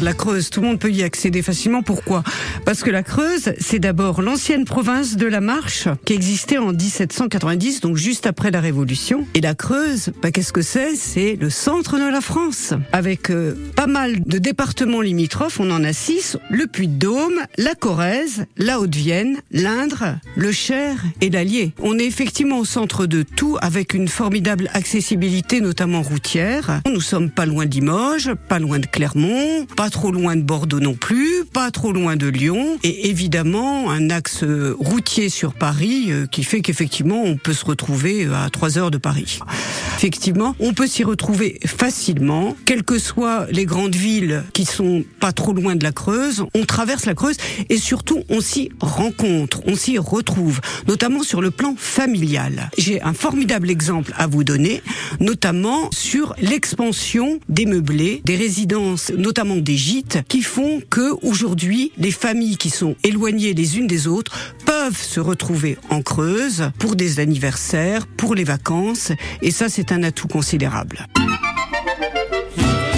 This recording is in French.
La Creuse, tout le monde peut y accéder facilement. Pourquoi ? Parce que la Creuse, c'est d'abord l'ancienne province de la Marche qui existait en 1790, donc juste après la Révolution. Et la Creuse, qu'est-ce que c'est ? C'est le centre de la France, avec pas mal de départements limitrophes. On en a 6, le Puy-de-Dôme, la Corrèze, la Haute-Vienne, l'Indre, le Cher et l'Allier. On est effectivement au centre de tout, avec une formidable accessibilité, notamment routière. Nous sommes pas loin de Limoges, pas loin de Clermont, pas trop loin de Bordeaux non plus, pas trop loin de Lyon, et évidemment un axe routier sur Paris qui fait qu'effectivement on peut se retrouver à 3 heures de Paris. Effectivement, on peut s'y retrouver facilement, quelles que soient les grandes villes qui sont pas trop loin de la Creuse. On traverse la Creuse et surtout on s'y rencontre, on s'y retrouve, notamment sur le plan familial. J'ai un formidable exemple à vous donner, notamment sur l'expansion des meublés, des résidences, notamment des gîtes, qui font que aujourd'hui les familles qui sont éloignées les unes des autres peuvent se retrouver en Creuse pour des anniversaires, pour les vacances, et ça c'est un atout considérable.